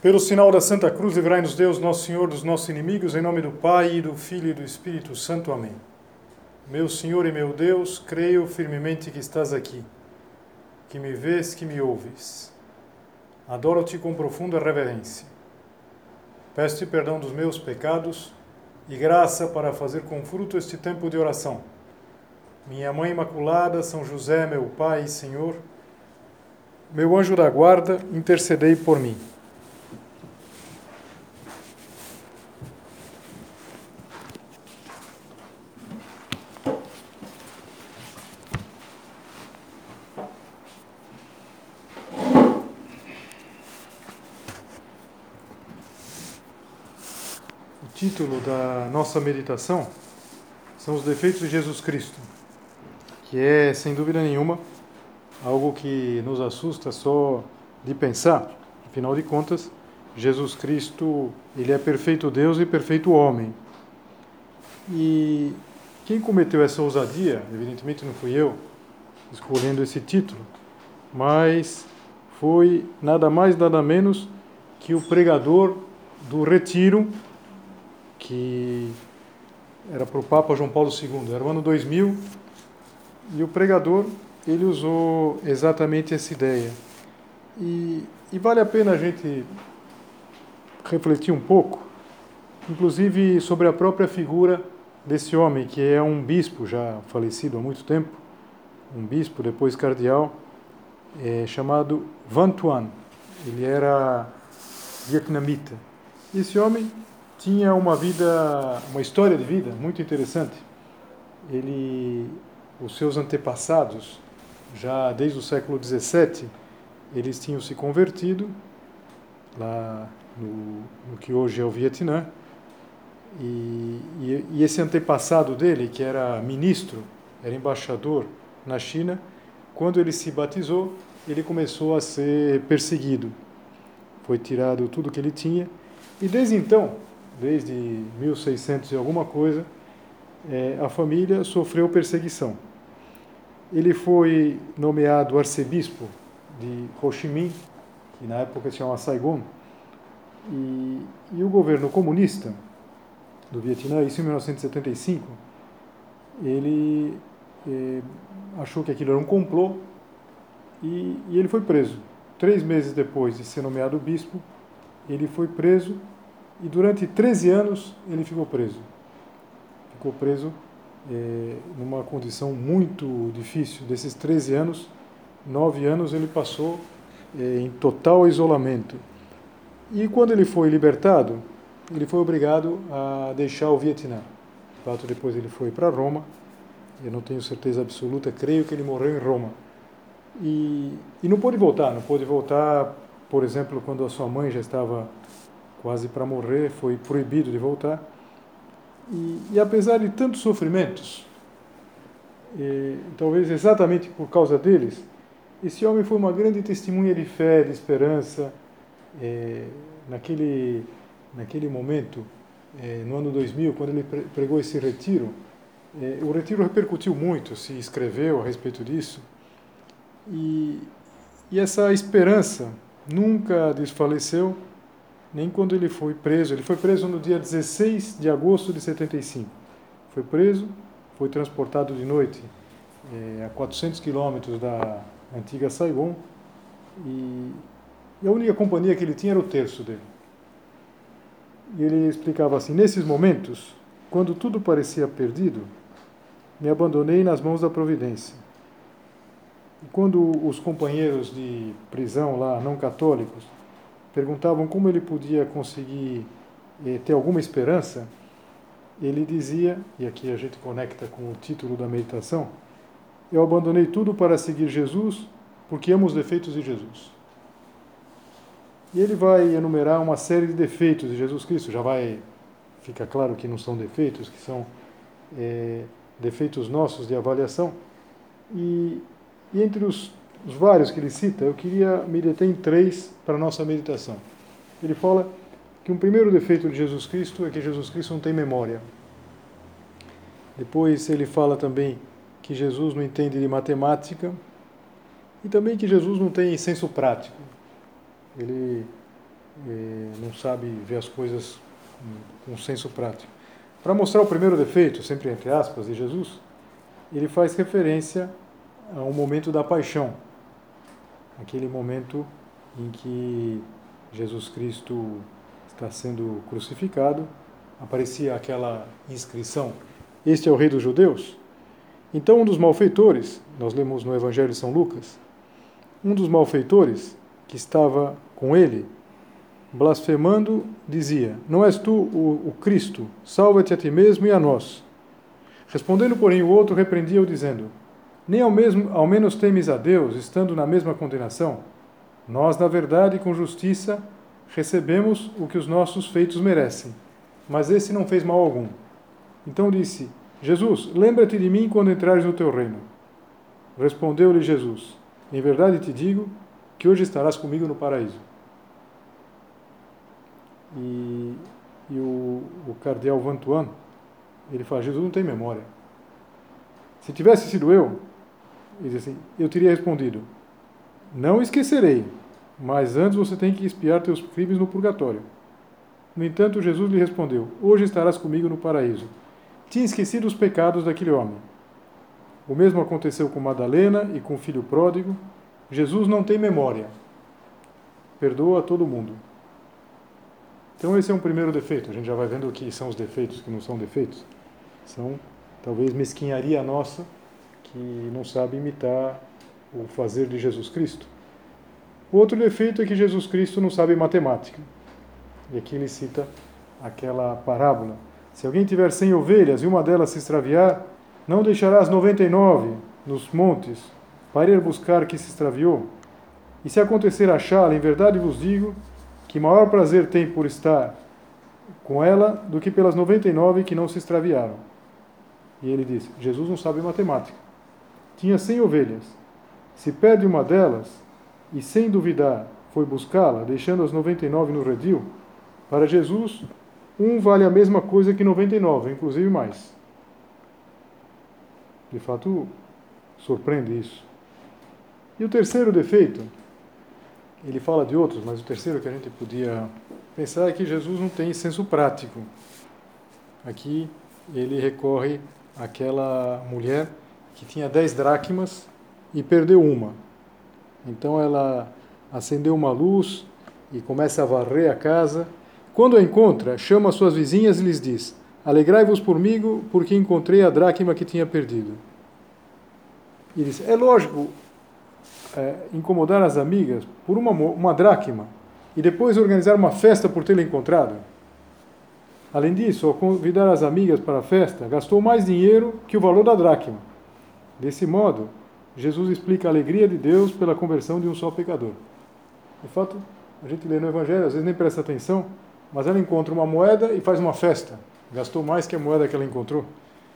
Pelo sinal da Santa Cruz, livrai-nos Deus, nosso Senhor, dos nossos inimigos, em nome do Pai, e do Filho e do Espírito Santo. Amém. Meu Senhor e meu Deus, creio firmemente que estás aqui, que me vês, que me ouves. Adoro-te com profunda reverência. Peço-te perdão dos meus pecados e graça para fazer com fruto este tempo de oração. Minha Mãe Imaculada, São José, meu Pai e Senhor, meu anjo da guarda, intercedei por mim. O título da nossa meditação são os defeitos de Jesus Cristo, que é, sem dúvida nenhuma, algo que nos assusta só de pensar. Afinal de contas, Jesus Cristo, ele é perfeito Deus e perfeito homem. E quem cometeu essa ousadia, evidentemente não fui eu, escolhendo esse título, mas foi nada mais, nada menos que o pregador do Retiro, que era para o Papa João Paulo II, era o ano 2000, e o pregador, ele usou exatamente essa ideia. E vale a pena a gente refletir um pouco, inclusive sobre a própria figura desse homem, que é um bispo já falecido há muito tempo, um bispo, depois cardeal, chamado Vantuan. Ele era vietnamita. Esse homem tinha uma história de vida muito interessante. Os seus antepassados, já desde o século XVII, eles tinham se convertido lá no que hoje é o Vietnã. E esse antepassado dele, que era ministro, era embaixador na China, quando ele se batizou, ele começou a ser perseguido. Foi tirado tudo que ele tinha. E desde então, desde 1600 e alguma coisa, a família sofreu perseguição. Ele foi nomeado arcebispo de Ho Chi Minh, que na época se chamava Saigon, e o governo comunista do Vietnã, isso em 1975, ele achou que aquilo era um complô e ele foi preso. 3 meses depois de ser nomeado bispo, ele foi preso e durante 13 anos ele ficou preso. Ficou preso numa condição muito difícil. Desses 13 anos, 9 anos ele passou em total isolamento. E quando ele foi libertado, ele foi obrigado a deixar o Vietnã. De fato, depois ele foi para Roma. Eu não tenho certeza absoluta, creio que ele morreu em Roma. E não pôde voltar, por exemplo, quando a sua mãe já estava quase para morrer, foi proibido de voltar. E apesar de tantos sofrimentos, talvez exatamente por causa deles, esse homem foi uma grande testemunha de fé, de esperança. Naquele momento, no ano 2000, quando ele pregou esse retiro, o retiro repercutiu muito, se escreveu a respeito disso, e essa esperança nunca desfaleceu, nem quando ele foi preso. Ele foi preso no dia 16 de agosto de 75. Foi preso, foi transportado de noite a 400 quilômetros da antiga Saigon, e a única companhia que ele tinha era o terço dele. E ele explicava assim: nesses momentos, quando tudo parecia perdido, me abandonei nas mãos da providência. E quando os companheiros de prisão lá, não católicos, perguntavam como ele podia conseguir ter alguma esperança, ele dizia, e aqui a gente conecta com o título da meditação: eu abandonei tudo para seguir Jesus, porque amo os defeitos de Jesus. E ele vai enumerar uma série de defeitos de Jesus Cristo. Já fica claro que não são defeitos, que são defeitos nossos de avaliação. E entre os vários que ele cita, eu queria me deter em 3 para a nossa meditação. Ele fala que um primeiro defeito de Jesus Cristo é que Jesus Cristo não tem memória. Depois ele fala também que Jesus não entende de matemática e também que Jesus não tem senso prático. Ele não sabe ver as coisas com senso prático. Para mostrar o primeiro defeito, sempre entre aspas, de Jesus, ele faz referência ao momento da paixão, aquele momento em que Jesus Cristo está sendo crucificado, aparecia aquela inscrição: "Este é o Rei dos Judeus". Então um dos malfeitores, nós lemos no Evangelho de São Lucas, um dos malfeitores que estava com ele, blasfemando, dizia: "Não és tu o Cristo? Salva-te a ti mesmo e a nós." Respondendo, porém, o outro repreendia-o, dizendo: "Nem ao menos temes a Deus, estando na mesma condenação? Nós, na verdade, com justiça, recebemos o que os nossos feitos merecem, mas esse não fez mal algum." Então disse: "Jesus, lembra-te de mim quando entrares no teu reino." Respondeu-lhe Jesus: "Em verdade te digo que hoje estarás comigo no paraíso." E o cardeal Vantuan, ele fala: "Jesus não tem memória. Se tivesse sido eu," ele diz assim, "eu teria respondido: não esquecerei, mas antes você tem que expiar teus crimes no purgatório." No entanto, Jesus lhe respondeu: "Hoje estarás comigo no paraíso." Tinha esquecido os pecados daquele homem. O mesmo aconteceu com Madalena e com o filho pródigo. Jesus não tem memória. Perdoa a todo mundo. Então esse é um primeiro defeito. A gente já vai vendo o que são os defeitos, que não são defeitos. São, talvez, mesquinharia nossa, que não sabe imitar o fazer de Jesus Cristo. O outro defeito é que Jesus Cristo não sabe matemática. E aqui ele cita aquela parábola: "Se alguém tiver 100 ovelhas e uma delas se extraviar, não deixará as 99 nos montes para ir buscar que se extraviou? E se acontecer achá-la, em verdade vos digo que maior prazer tem por estar com ela do que pelas 99 que não se extraviaram." E ele diz: Jesus não sabe matemática. Tinha 100 ovelhas. Se perde uma delas, e sem duvidar foi buscá-la, deixando as 99 no redil, para Jesus, um vale a mesma coisa que 99, inclusive mais. De fato, surpreende isso. E o terceiro defeito, ele fala de outros, mas o terceiro que a gente podia pensar é que Jesus não tem senso prático. Aqui ele recorre àquela mulher que tinha 10 dracmas e perdeu uma. Então ela acendeu uma luz e começa a varrer a casa. Quando a encontra, chama as suas vizinhas e lhes diz: "Alegrai-vos comigo, porque encontrei a dracma que tinha perdido." E diz: é lógico incomodar as amigas por uma dracma e depois organizar uma festa por tê-la encontrado? Além disso, ao convidar as amigas para a festa, gastou mais dinheiro que o valor da dracma. Desse modo, Jesus explica a alegria de Deus pela conversão de um só pecador. De fato, a gente lê no Evangelho, às vezes nem presta atenção, mas ela encontra uma moeda e faz uma festa. Gastou mais que a moeda que ela encontrou.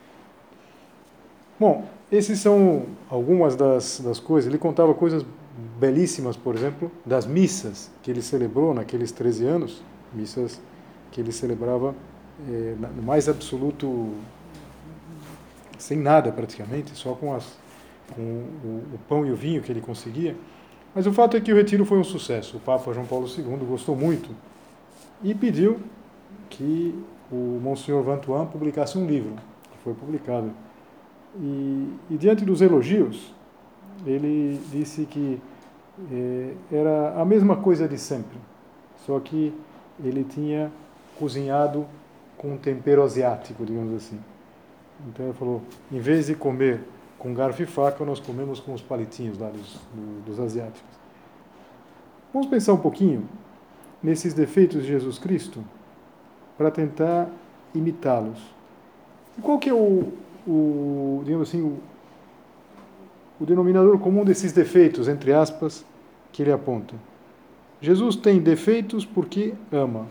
Bom, esses são algumas das coisas. Ele contava coisas belíssimas, por exemplo, das missas que ele celebrou naqueles 13 anos, missas que ele celebrava no mais absoluto, sem nada praticamente, só com o pão e o vinho que ele conseguia. Mas o fato é que o retiro foi um sucesso. O Papa João Paulo II gostou muito e pediu que o Monsenhor Vantuan publicasse um livro, que foi publicado. E diante dos elogios, ele disse que era a mesma coisa de sempre, só que ele tinha cozinhado com um tempero asiático, digamos assim. Então ele falou: em vez de comer com garfo e faca, nós comemos com os palitinhos lá dos asiáticos. Vamos pensar um pouquinho nesses defeitos de Jesus Cristo para tentar imitá-los. E qual que é digamos assim, o denominador comum desses defeitos, entre aspas, que ele aponta? Jesus tem defeitos porque ama.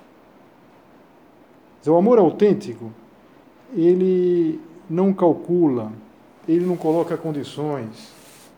O amor autêntico, ele não calcula, ele não coloca condições.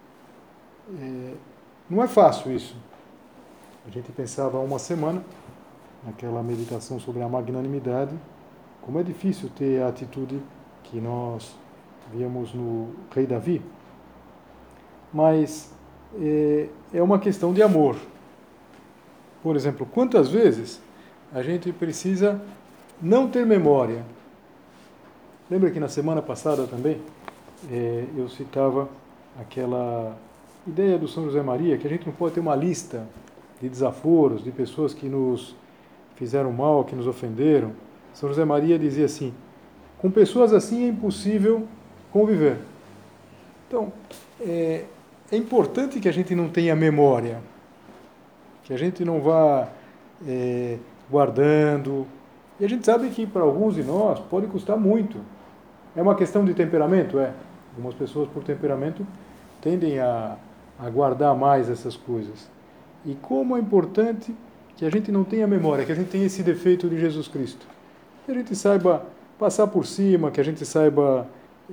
Não é fácil isso. A gente pensava há uma semana, naquela meditação sobre a magnanimidade, como é difícil ter a atitude que nós víamos no rei Davi. Mas é uma questão de amor. Por exemplo, quantas vezes a gente precisa não ter memória? Lembra que na semana passada também eu citava aquela ideia do São José Maria, que a gente não pode ter uma lista de desaforos, de pessoas que nos fizeram mal, que nos ofenderam. São José Maria dizia assim: com pessoas assim é impossível conviver. Então, é importante que a gente não tenha memória, que a gente não vá guardando. E a gente sabe que para alguns de nós pode custar muito. É uma questão de temperamento? É. Algumas pessoas, por temperamento, tendem a guardar mais essas coisas. E como é importante que a gente não tenha memória, que a gente tenha esse defeito de Jesus Cristo. Que a gente saiba passar por cima, que a gente saiba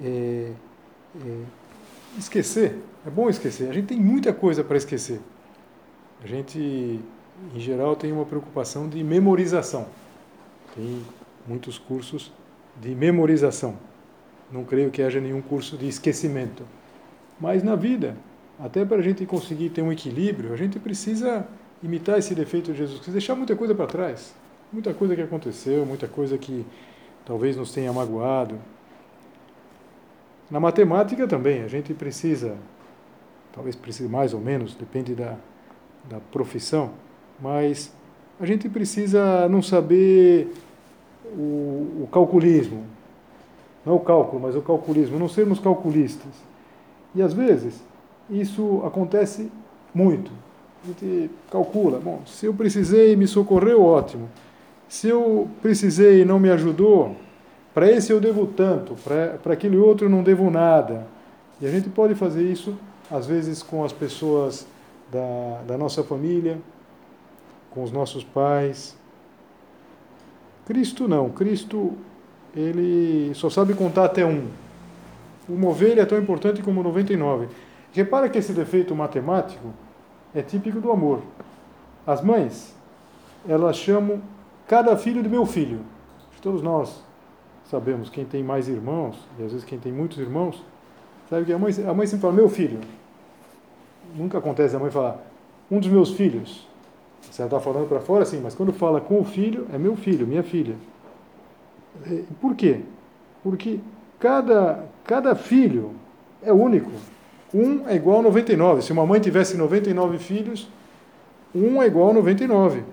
esquecer. É bom esquecer. A gente tem muita coisa para esquecer. A gente, em geral, tem uma preocupação de memorização. Tem muitos cursos de memorização. Não creio que haja nenhum curso de esquecimento. Mas na vida, até para a gente conseguir ter um equilíbrio, a gente precisa imitar esse defeito de Jesus Cristo, deixar muita coisa para trás. Muita coisa que aconteceu, muita coisa que talvez nos tenha magoado. Na matemática também, a gente precisa, talvez precise mais ou menos, depende da profissão, mas a gente precisa não saber o calculismo. Não o cálculo, mas o calculismo, não sermos calculistas. E às vezes isso acontece muito. A gente calcula, bom, se eu precisei e me socorreu, ótimo. Se eu precisei e não me ajudou, para esse eu devo tanto, para aquele outro eu não devo nada. E a gente pode fazer isso, às vezes, com as pessoas da nossa família, com os nossos pais. Cristo não. Cristo, ele só sabe contar até um. Uma ovelha é tão importante como 99. Repara que esse defeito matemático é típico do amor. As mães, elas chamam cada filho de meu filho. Todos nós sabemos, quem tem mais irmãos, e às vezes quem tem muitos irmãos, sabe que a mãe sempre fala, meu filho. Nunca acontece a mãe falar, um dos meus filhos. Você está falando para fora, sim, mas quando fala com o filho, é meu filho, minha filha. Por quê? Porque cada filho é único. Um é igual a 99. Se uma mãe tivesse 99 filhos, um é igual a 99.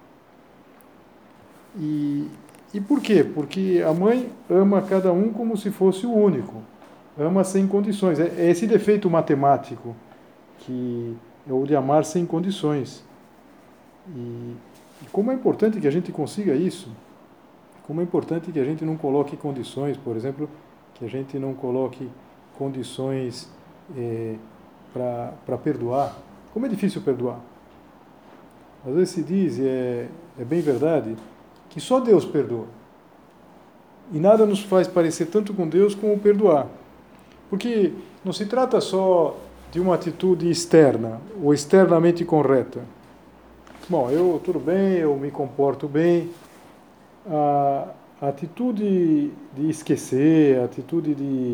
E por quê? Porque a mãe ama cada um como se fosse o único. Ama sem condições. É esse defeito matemático, que é o de amar sem condições. E como é importante que a gente consiga isso. Como é importante que a gente não coloque condições, por exemplo, que a gente não coloque condições para perdoar. Como é difícil perdoar. Às vezes se diz, e é bem verdade, que só Deus perdoa. E nada nos faz parecer tanto com Deus como perdoar. Porque não se trata só de uma atitude externa, ou externamente correta. Bom, tudo bem, eu me comporto bem. A atitude de esquecer, a atitude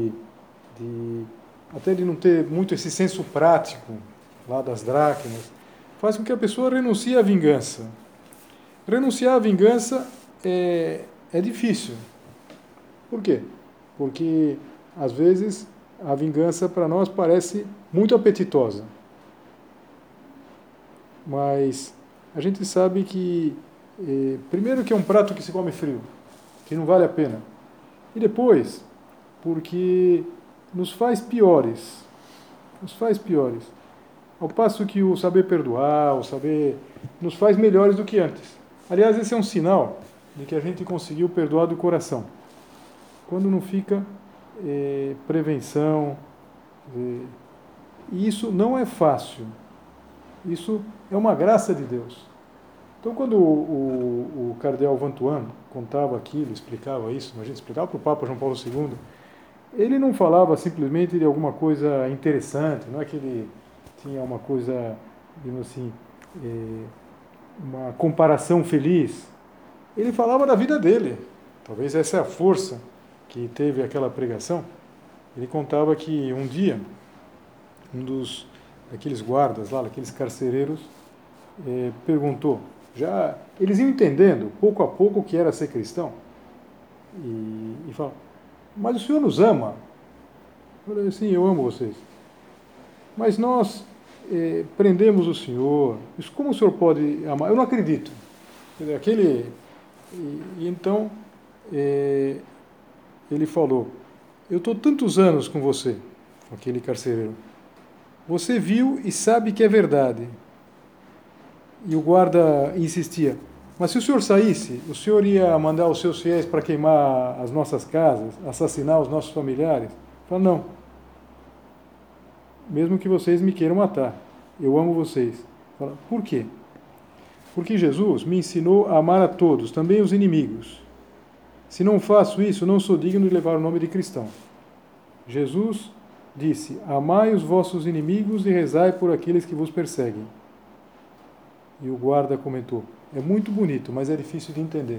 até de não ter muito esse senso prático lá das dracmas, faz com que a pessoa renuncie à vingança. Renunciar à vingança é difícil. Por quê? Porque, às vezes, a vingança para nós parece muito apetitosa. Mas a gente sabe que, primeiro, que é um prato que se come frio, que não vale a pena. E depois, porque nos faz piores. Nos faz piores. Ao passo que o saber perdoar, o saber, nos faz melhores do que antes. Aliás, esse é um sinal de que a gente conseguiu perdoar do coração. Quando não fica prevenção. E isso não é fácil. Isso é uma graça de Deus. Então, quando o cardeal Vantuan contava aquilo, explicava isso, imagina, explicava para o Papa João Paulo II, ele não falava simplesmente de alguma coisa interessante, não é que ele tinha uma coisa, digamos assim, uma comparação feliz. Ele falava da vida dele. Talvez essa é a força que teve aquela pregação. Ele contava que um dia, daqueles guardas lá, daqueles carcereiros, perguntou, Já eles iam entendendo, pouco a pouco, o que era ser cristão. E falam, mas o Senhor nos ama. Eu falei, sim, eu amo vocês. Mas nós prendemos o Senhor. Isso, como o Senhor pode amar? Eu não acredito. Então, ele falou, eu estou tantos anos com você, aquele carcereiro. Você viu e sabe que é verdade. E o guarda insistia, mas se o senhor saísse, o senhor ia mandar os seus fiéis para queimar as nossas casas, assassinar os nossos familiares? Fala, não. Mesmo que vocês me queiram matar, eu amo vocês. Fala, por quê? Porque Jesus me ensinou a amar a todos, também os inimigos. Se não faço isso, não sou digno de levar o nome de cristão. Jesus disse, amai os vossos inimigos e rezai por aqueles que vos perseguem. E o guarda comentou, é muito bonito, mas é difícil de entender.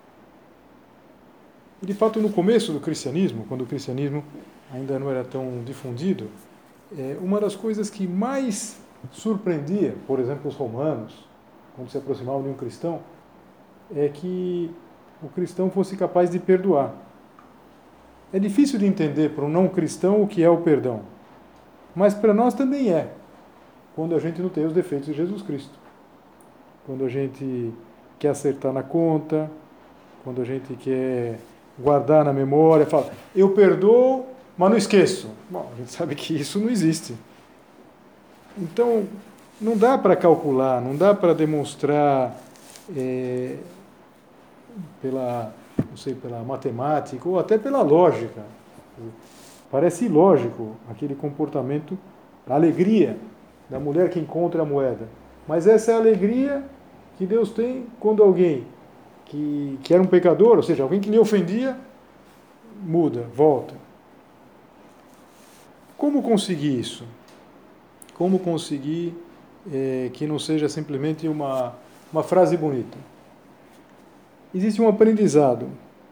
E de fato, no começo do cristianismo, quando o cristianismo ainda não era tão difundido, uma das coisas que mais surpreendia, por exemplo, os romanos, quando se aproximavam de um cristão, é que o cristão fosse capaz de perdoar. É difícil de entender para um não cristão o que é o perdão, mas para nós também é, quando a gente não tem os defeitos de Jesus Cristo. Quando a gente quer acertar na conta, quando a gente quer guardar na memória, fala, eu perdoo, mas não esqueço. Bom, a gente sabe que isso não existe. Então, não dá para calcular, não dá para demonstrar pela matemática ou até pela lógica. Parece ilógico aquele comportamento, a alegria da mulher que encontra a moeda. Mas essa é a alegria que Deus tem quando alguém que era um pecador, ou seja, alguém que lhe ofendia, muda, volta. Como conseguir isso? Como conseguir que não seja simplesmente uma frase bonita? Existe um aprendizado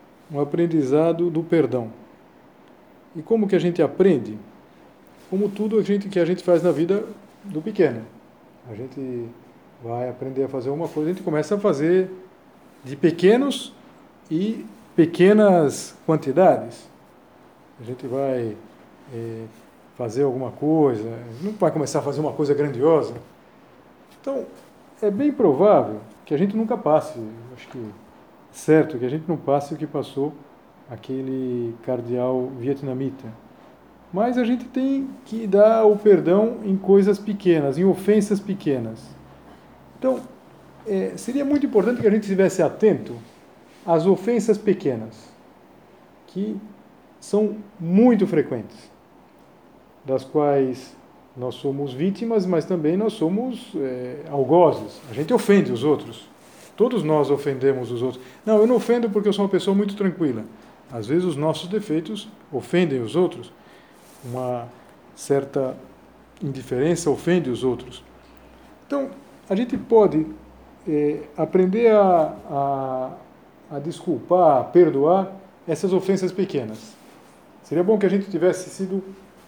do perdão. E como que a gente aprende? Como tudo que a gente faz na vida do pequeno. A gente vai aprender a fazer uma coisa, a gente começa a fazer de pequenos e pequenas quantidades. A gente vai fazer alguma coisa, não vai começar a fazer uma coisa grandiosa. Então, é bem provável que a gente nunca passe, acho que certo, que a gente não passe o que passou aquele cardeal vietnamita. Mas a gente tem que dar o perdão em coisas pequenas, em ofensas pequenas. Então, seria muito importante que a gente estivesse atento às ofensas pequenas, que são muito frequentes, das quais nós somos vítimas, mas também nós somos algozes. A gente ofende os outros. Todos nós ofendemos os outros. Não, eu não ofendo porque eu sou uma pessoa muito tranquila. Às vezes os nossos defeitos ofendem os outros. Uma certa indiferença ofende os outros. Então, a gente pode aprender a desculpar, a perdoar essas ofensas pequenas. Seria bom que a gente tivesse sido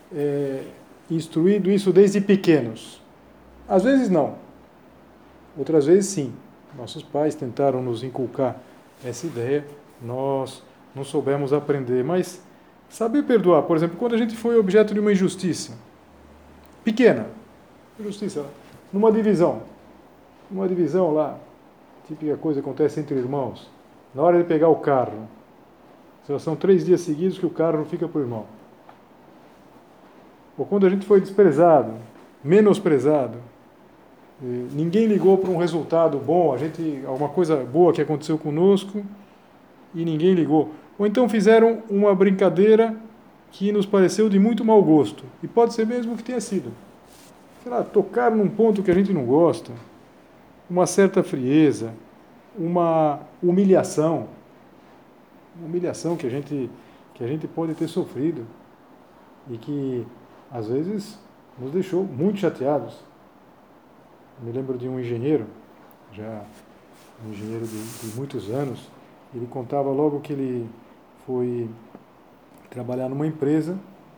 instruído isso desde pequenos. Às vezes não. Outras vezes sim. Nossos pais tentaram nos inculcar essa ideia, nós não soubemos aprender, mas saber perdoar, por exemplo, quando a gente foi objeto de uma injustiça pequena, injustiça, numa divisão lá, típica coisa que acontece entre irmãos, na hora de pegar o carro, já são 3 dias seguidos que o carro fica para o irmão. Ou quando a gente foi desprezado, menosprezado, ninguém ligou para um resultado bom, alguma coisa boa que aconteceu conosco e ninguém ligou. Ou então fizeram uma brincadeira que nos pareceu de muito mau gosto. E pode ser mesmo que tenha sido. Sei lá, tocar num ponto que a gente não gosta, uma certa frieza, uma humilhação que a gente pode ter sofrido e que às vezes nos deixou muito chateados. Me lembro de um engenheiro, um engenheiro de muitos anos, ele contava logo que ele foi trabalhar numa empresa,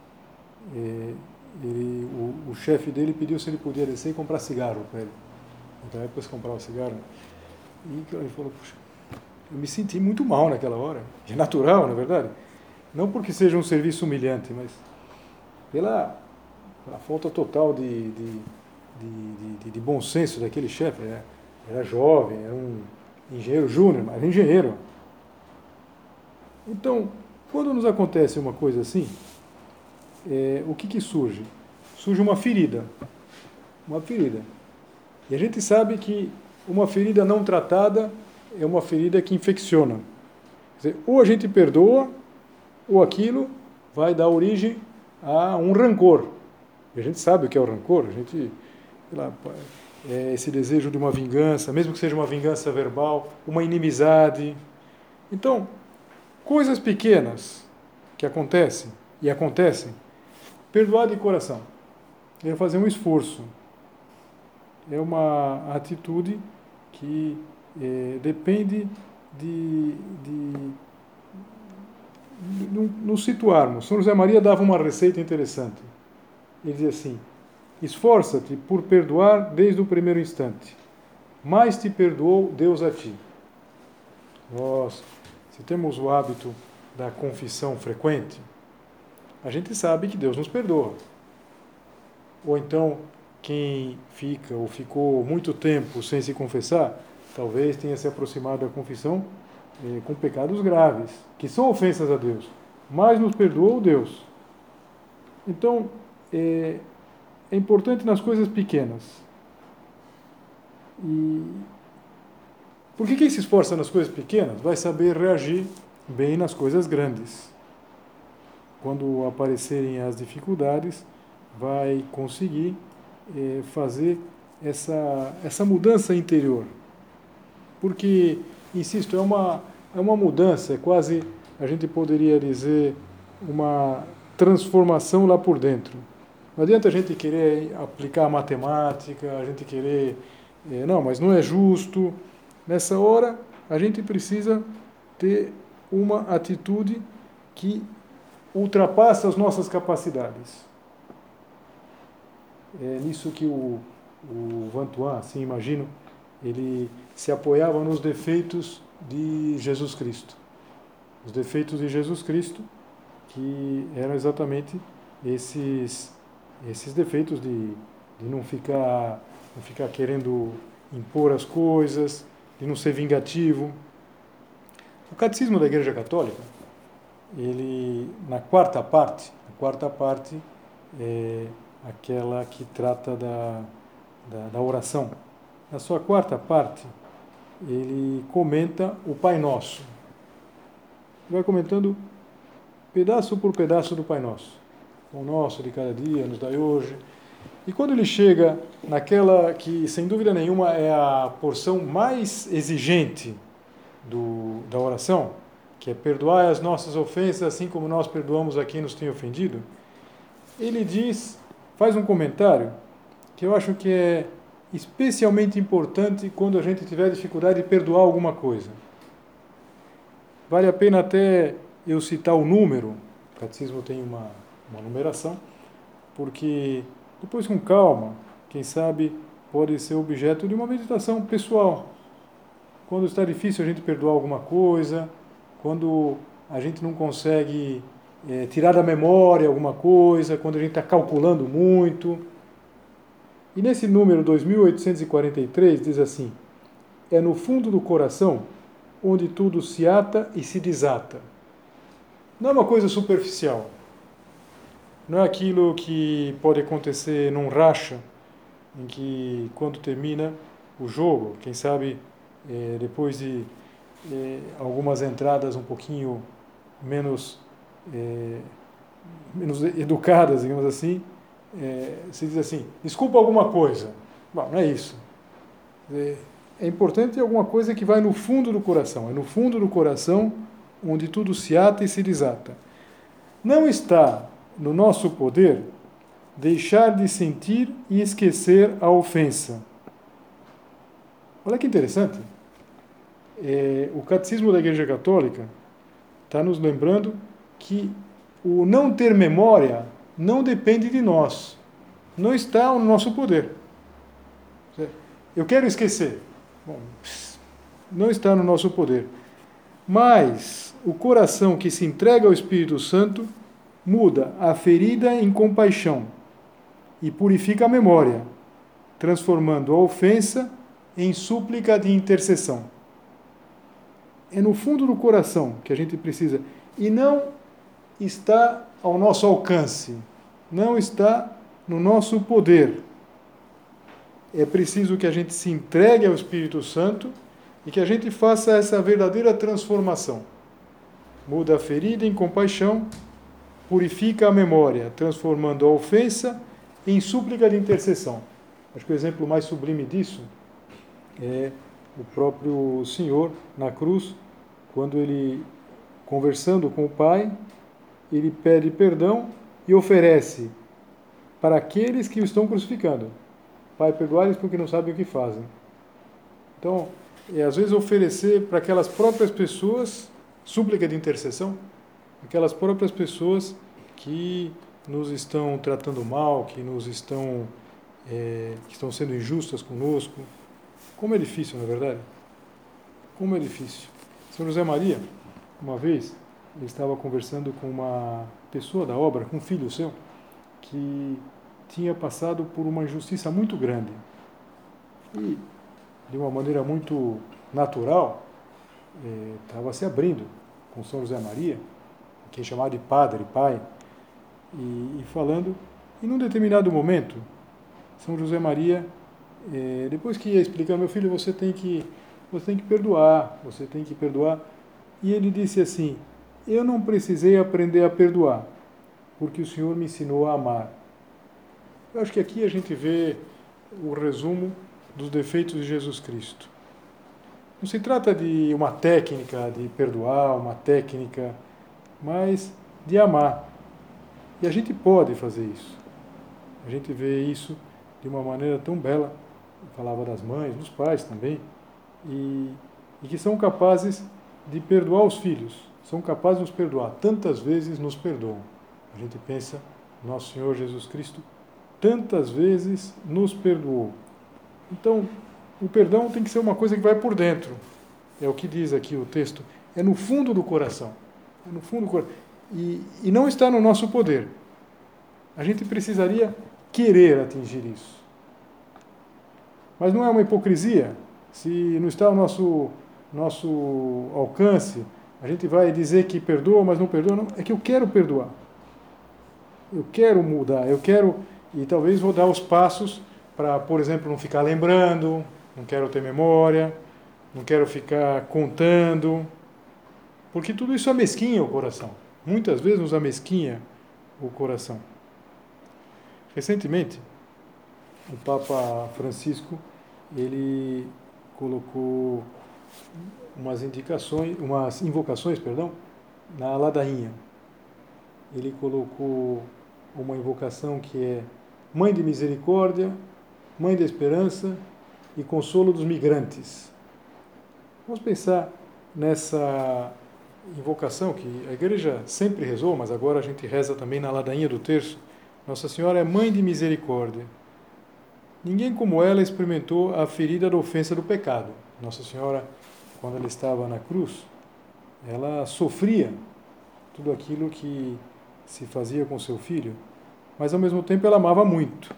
o chefe dele pediu se ele podia descer e comprar cigarro para ele. Então, depois comprava cigarro. E ele falou, puxa, eu me senti muito mal naquela hora. É natural, na verdade. Não porque seja um serviço humilhante, mas pela falta total de bom senso daquele chefe. Era jovem, era um engenheiro júnior, mas era engenheiro. Então, quando nos acontece uma coisa assim, o que surge? Surge uma ferida. Uma ferida. E a gente sabe que uma ferida não tratada é uma ferida que infecciona. Quer dizer, ou a gente perdoa, ou aquilo vai dar origem a um rancor. E a gente sabe o que é o rancor, a gente, sei lá, esse desejo de uma vingança, mesmo que seja uma vingança verbal, uma inimizade. Então, coisas pequenas que acontecem, e acontecem, perdoar de coração. É fazer um esforço. É uma atitude que depende de nos situarmos. São José Maria dava uma receita interessante. Ele dizia assim: esforça-te por perdoar desde o primeiro instante. Mais te perdoou Deus a ti. Nós, se temos o hábito da confissão frequente, a gente sabe que Deus nos perdoa. Ou então, quem fica ou ficou muito tempo sem se confessar, talvez tenha se aproximado da confissão com pecados graves, que são ofensas a Deus, mas nos perdoou Deus. Então, é importante nas coisas pequenas. E porque quem se esforça nas coisas pequenas vai saber reagir bem nas coisas grandes. Quando aparecerem as dificuldades, vai conseguir fazer essa mudança interior. Porque, insisto, é uma mudança, é quase, a gente poderia dizer, uma transformação lá por dentro. Não adianta a gente querer aplicar a matemática, a gente querer... não, mas não é justo. Nessa hora, a gente precisa ter uma atitude que ultrapassa as nossas capacidades. É nisso que o Vantuan, assim imagino, ele se apoiava nos defeitos de Jesus Cristo. Os defeitos de Jesus Cristo, que eram exatamente esses defeitos de não ficar querendo impor as coisas, de não ser vingativo. O Catecismo da Igreja Católica, ele, na quarta parte é aquela que trata da oração. Na sua quarta parte, ele comenta o Pai Nosso. Ele vai comentando pedaço por pedaço do Pai Nosso. O nosso de cada dia, nos dai hoje. E quando ele chega naquela que, sem dúvida nenhuma, é a porção mais exigente da oração, que é perdoar as nossas ofensas, assim como nós perdoamos a quem nos tem ofendido, ele faz um comentário que eu acho que é especialmente importante quando a gente tiver dificuldade de perdoar alguma coisa. Vale a pena até eu citar o número, o catecismo tem uma numeração, porque depois com calma, quem sabe pode ser objeto de uma meditação pessoal. Quando está difícil a gente perdoar alguma coisa, quando a gente não consegue tirar da memória alguma coisa, quando a gente está calculando muito. E nesse número 2843 diz assim: é no fundo do coração onde tudo se ata e se desata. Não é uma coisa superficial. Não é aquilo que pode acontecer num racha, em que quando termina o jogo, quem sabe depois de algumas entradas um pouquinho menos educadas, digamos assim, se diz assim, desculpa alguma coisa. Bom, não é isso. É importante alguma coisa que vai no fundo do coração. É no fundo do coração onde tudo se ata e se desata. Não está no nosso poder deixar de sentir e esquecer a ofensa. Olha que interessante. O Catecismo da Igreja Católica está nos lembrando que o não ter memória não depende de nós. Não está no nosso poder. Eu quero esquecer. Bom, não está no nosso poder. Mas o coração que se entrega ao Espírito Santo muda a ferida em compaixão e purifica a memória, transformando a ofensa em súplica de intercessão. É no fundo do coração que a gente precisa, e não está ao nosso alcance, não está no nosso poder. É preciso que a gente se entregue ao Espírito Santo e que a gente faça essa verdadeira transformação. Muda a ferida em compaixão, purifica a memória, transformando a ofensa em súplica de intercessão. Acho que o exemplo mais sublime disso é o próprio Senhor na cruz, quando ele, conversando com o Pai, ele pede perdão e oferece para aqueles que o estão crucificando. Pai, perdoai-lhes porque não sabem o que fazem. Então, às vezes oferecer para aquelas próprias pessoas, súplica de intercessão, aquelas próprias pessoas que nos estão tratando mal, que estão sendo injustas conosco. Como é difícil, não é verdade? Como é difícil. São José Maria, uma vez, ele estava conversando com uma pessoa da obra, com um filho seu, que tinha passado por uma injustiça muito grande. E, de uma maneira muito natural, estava se abrindo com São José Maria, que é chamado de padre, pai, e falando. E num determinado momento, São José Maria, depois que ia explicar, meu filho, você tem que perdoar, você tem que perdoar. E ele disse assim, eu não precisei aprender a perdoar, porque o Senhor me ensinou a amar. Eu acho que aqui a gente vê o resumo dos defeitos de Jesus Cristo. Não se trata de uma técnica de perdoar, uma técnica, mas de amar. E a gente pode fazer isso. A gente vê isso de uma maneira tão bela. Eu falava das mães, dos pais também, e que são capazes de perdoar os filhos, são capazes de nos perdoar. Tantas vezes nos perdoam. A gente pensa, nosso Senhor Jesus Cristo tantas vezes nos perdoou. Então, o perdão tem que ser uma coisa que vai por dentro. É o que diz aqui o texto. É no fundo do coração. É no fundo do coração. E não está no nosso poder. A gente precisaria querer atingir isso. Mas não é uma hipocrisia? Se não está ao nosso alcance, a gente vai dizer que perdoa, mas não perdoa. Não, é que eu quero perdoar. Eu quero mudar, eu quero... E talvez vou dar os passos para, por exemplo, não ficar lembrando, não quero ter memória, não quero ficar contando, porque tudo isso amesquinha o coração. Muitas vezes nos amesquinha o coração. Recentemente, o Papa Francisco, ele colocou umas invocações, na ladainha. Ele colocou uma invocação que é Mãe de Misericórdia, Mãe da Esperança e Consolo dos Migrantes. Vamos pensar nessa invocação que a igreja sempre rezou, mas agora a gente reza também na ladainha do terço. Nossa Senhora é Mãe de Misericórdia. Ninguém como ela experimentou a ferida da ofensa do pecado. Nossa Senhora, quando ela estava na cruz, ela sofria tudo aquilo que se fazia com seu filho, mas ao mesmo tempo ela amava muito.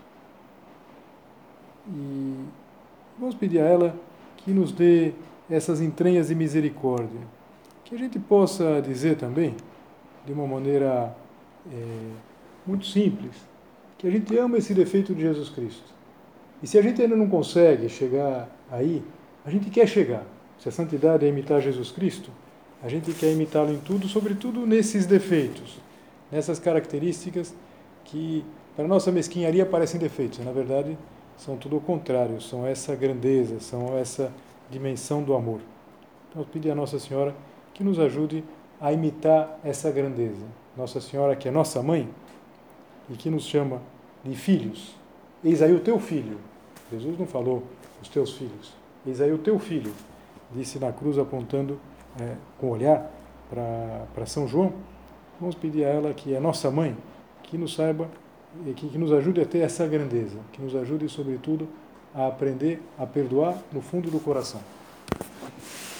E vamos pedir a ela que nos dê essas entranhas de misericórdia, que a gente possa dizer também, de uma maneira muito simples, que a gente ama esse defeito de Jesus Cristo. E se a gente ainda não consegue chegar aí, a gente quer chegar. Se a santidade é imitar Jesus Cristo, a gente quer imitá-lo em tudo, sobretudo nesses defeitos, nessas características que, para a nossa mesquinharia, parecem defeitos. Na verdade, são tudo o contrário, são essa grandeza, são essa dimensão do amor. Então, pedir a Nossa Senhora que nos ajude a imitar essa grandeza. Nossa Senhora, que é nossa mãe, e que nos chama de filhos. Eis aí o teu filho. Jesus não falou os teus filhos. Eis aí o teu filho, disse na cruz, apontando com o olhar para São João. Vamos pedir a ela, que é nossa mãe, que nos saiba, que nos ajude a ter essa grandeza, que nos ajude, sobretudo, a aprender a perdoar no fundo do coração.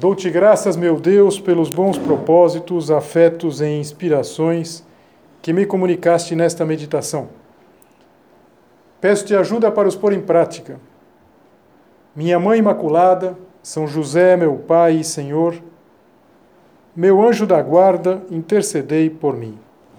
Dou-te graças, meu Deus, pelos bons propósitos, afetos e inspirações que me comunicaste nesta meditação. Peço-te ajuda para os pôr em prática. Minha Mãe Imaculada, São José, meu Pai e Senhor, meu anjo da guarda, intercedei por mim.